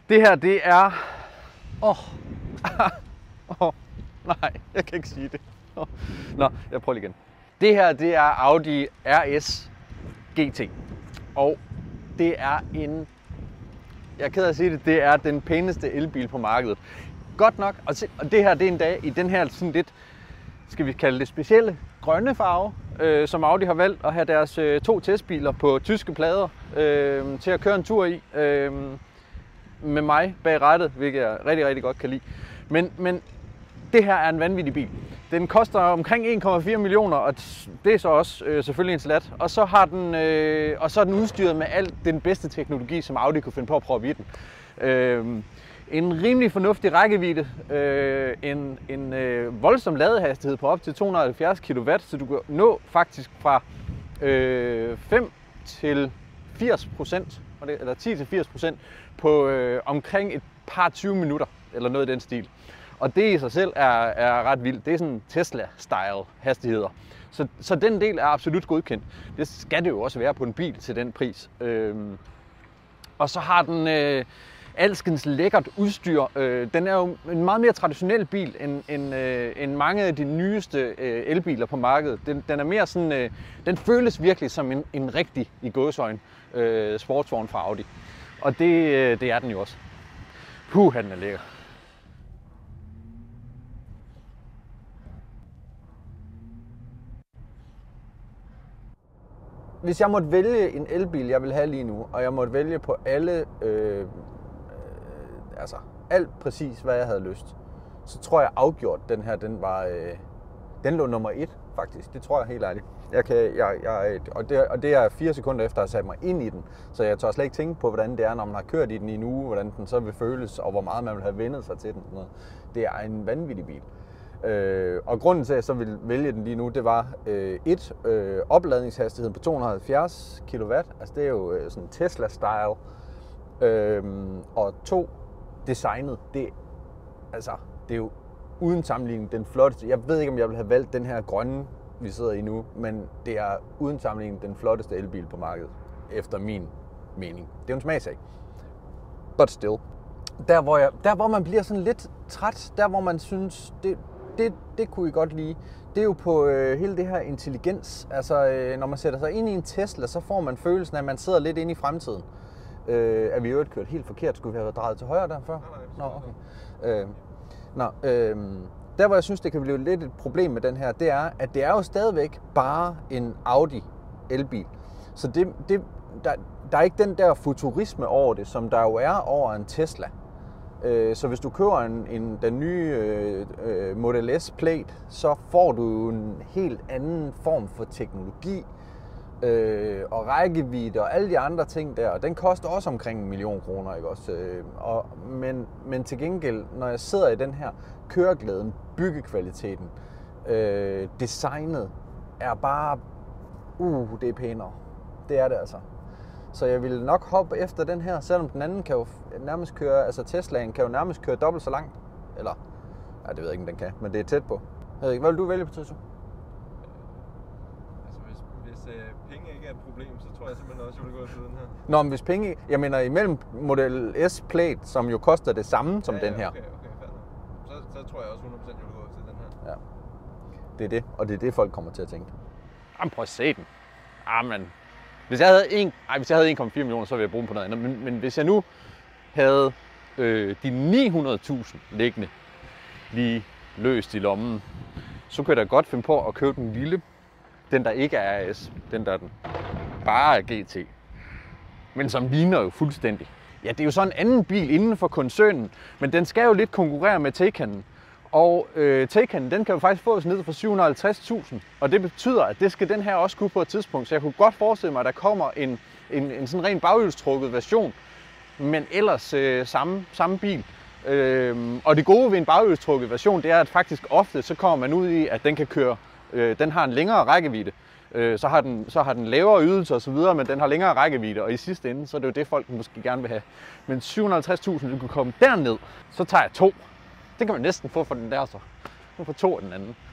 Det her, det er... Nej, jeg kan ikke sige det. Nå, jeg prøver lige igen. Det her, det er Audi RS GT. Og det er en... Jeg er ked af at sige det, det er den pæneste elbil på markedet. Godt nok, og det her, det er en dag i den her sådan lidt, skal vi kalde det specielle, grønne farve, som Audi har valgt at have deres 2 testbiler på tyske plader til at køre en tur i. Med mig bag rattet, hvilket jeg rigtig, rigtig godt kan lide. Men det her er en vanvittig bil. Den koster omkring 1,4 millioner, og det er så også selvfølgelig en slat. Og så er den udstyret med al den bedste teknologi, som Audi kunne finde på at proppe i den. En rimelig fornuftig rækkevidde, en voldsom ladehastighed på op til 270 kW, så du kan nå faktisk fra 5 til 80%, eller 10 til 80% på omkring et par 20 minutter, eller noget i den stil. Og det i sig selv er ret vildt. Det er sådan Tesla-style hastigheder. Så den del er absolut godkendt. Det skal det jo også være på en bil til den pris. Og så har den alskens lækkert udstyr. Den er jo en meget mere traditionel bil end mange af de nyeste elbiler på markedet. Den er mere sådan, den føles virkelig som en rigtig, i gåseøjne, sportsvogn fra Audi. Og det er den jo også. Den er lækker. Hvis jeg måtte vælge en elbil, jeg vil have lige nu, og jeg måtte vælge på alle, alt præcis, hvad jeg havde lyst, så tror jeg afgjort, den her, den lå nummer 1, faktisk. Det tror jeg helt ærligt. Og det er 4 sekunder efter at have sat mig ind i den, så jeg tør slet ikke tænke på, hvordan det er, når man har kørt i den i en uge, hvordan den så vil føles, og hvor meget man vil have vendet sig til den. Det er en vanvittig bil. Og grunden til, at jeg så ville vælge den lige nu, det var opladningshastigheden på 270 kW, altså det er jo sådan Tesla-style, og 2, designet, det er jo uden sammenligning den flotteste. Jeg ved ikke, om jeg ville have valgt den her grønne, vi sidder i nu, men det er uden sammenligning den flotteste elbil på markedet, efter min mening. Det er jo en smagssag. But still. Der hvor man bliver sådan lidt træt, der hvor man synes, det kunne I godt lide, det er jo på hele det her intelligens. Altså, når man sætter sig ind i en Tesla, så får man følelsen af, at man sidder lidt inde i fremtiden. Er vi jo kørt helt forkert? Skulle vi have været drejet til højre der før? Nej, okay. Der hvor jeg synes, det kan blive lidt et problem med den her, det er, at det er jo stadigvæk bare en Audi elbil. Så der er ikke den der futurisme over det, som der jo er over en Tesla. Så hvis du køber den nye Model S Plaid, så får du en helt anden form for teknologi og rækkevidde og alle de andre ting der. Og den koster også omkring 1 million kroner, ikke også? Men til gengæld, når jeg sidder i den her, køreglæden, byggekvaliteten, designet er bare, det er pænere. Det er det altså. Så jeg ville nok hoppe efter den her, selvom den anden kan jo nærmest køre, altså Teslaen kan jo nærmest køre dobbelt så langt. Eller, det ved jeg ikke, om den kan, men det er tæt på. Hvad vil du vælge, Patricio? Altså hvis penge ikke er et problem, så tror jeg simpelthen også, jeg vil gå efter den her. Nå, men hvis penge, jeg mener imellem Model S Plaid, som jo koster det samme som den her. Okay, fair. Så tror jeg også 100% jeg vil gå efter den her. Ja, det er det, og det er det, folk kommer til at tænke. Jamen prøv at se den. Jamen. Hvis jeg havde 1,4 millioner, så ville jeg bruge dem på noget andet. Men hvis jeg nu havde de 900.000 liggende lige løst i lommen, så kunne jeg da godt finde på at købe den lille. Den der ikke er RS. Den der bare er GT. Men som ligner jo fuldstændig. Ja, det er jo så en anden bil inden for koncernen, men den skal jo lidt konkurrere med Taycanen. Og Taycanen, den kan jo faktisk fås ned for 750.000, og det betyder, at det skal den her også kunne på et tidspunkt. Så jeg kunne godt forestille mig, at der kommer en sådan ren baghjulstrukket version, men ellers samme bil. Og det gode ved en baghjulstrukket version, det er, at faktisk ofte så kommer man ud i, at den kan køre, den har en længere rækkevidde. Så har den lavere ydelser osv., men den har længere rækkevidde, og i sidste ende, så er det jo det, folk måske gerne vil have. Men 750.000, du kan komme derned, så tager jeg 2. Det kan man næsten få for den der så. Nu får 2 af den anden.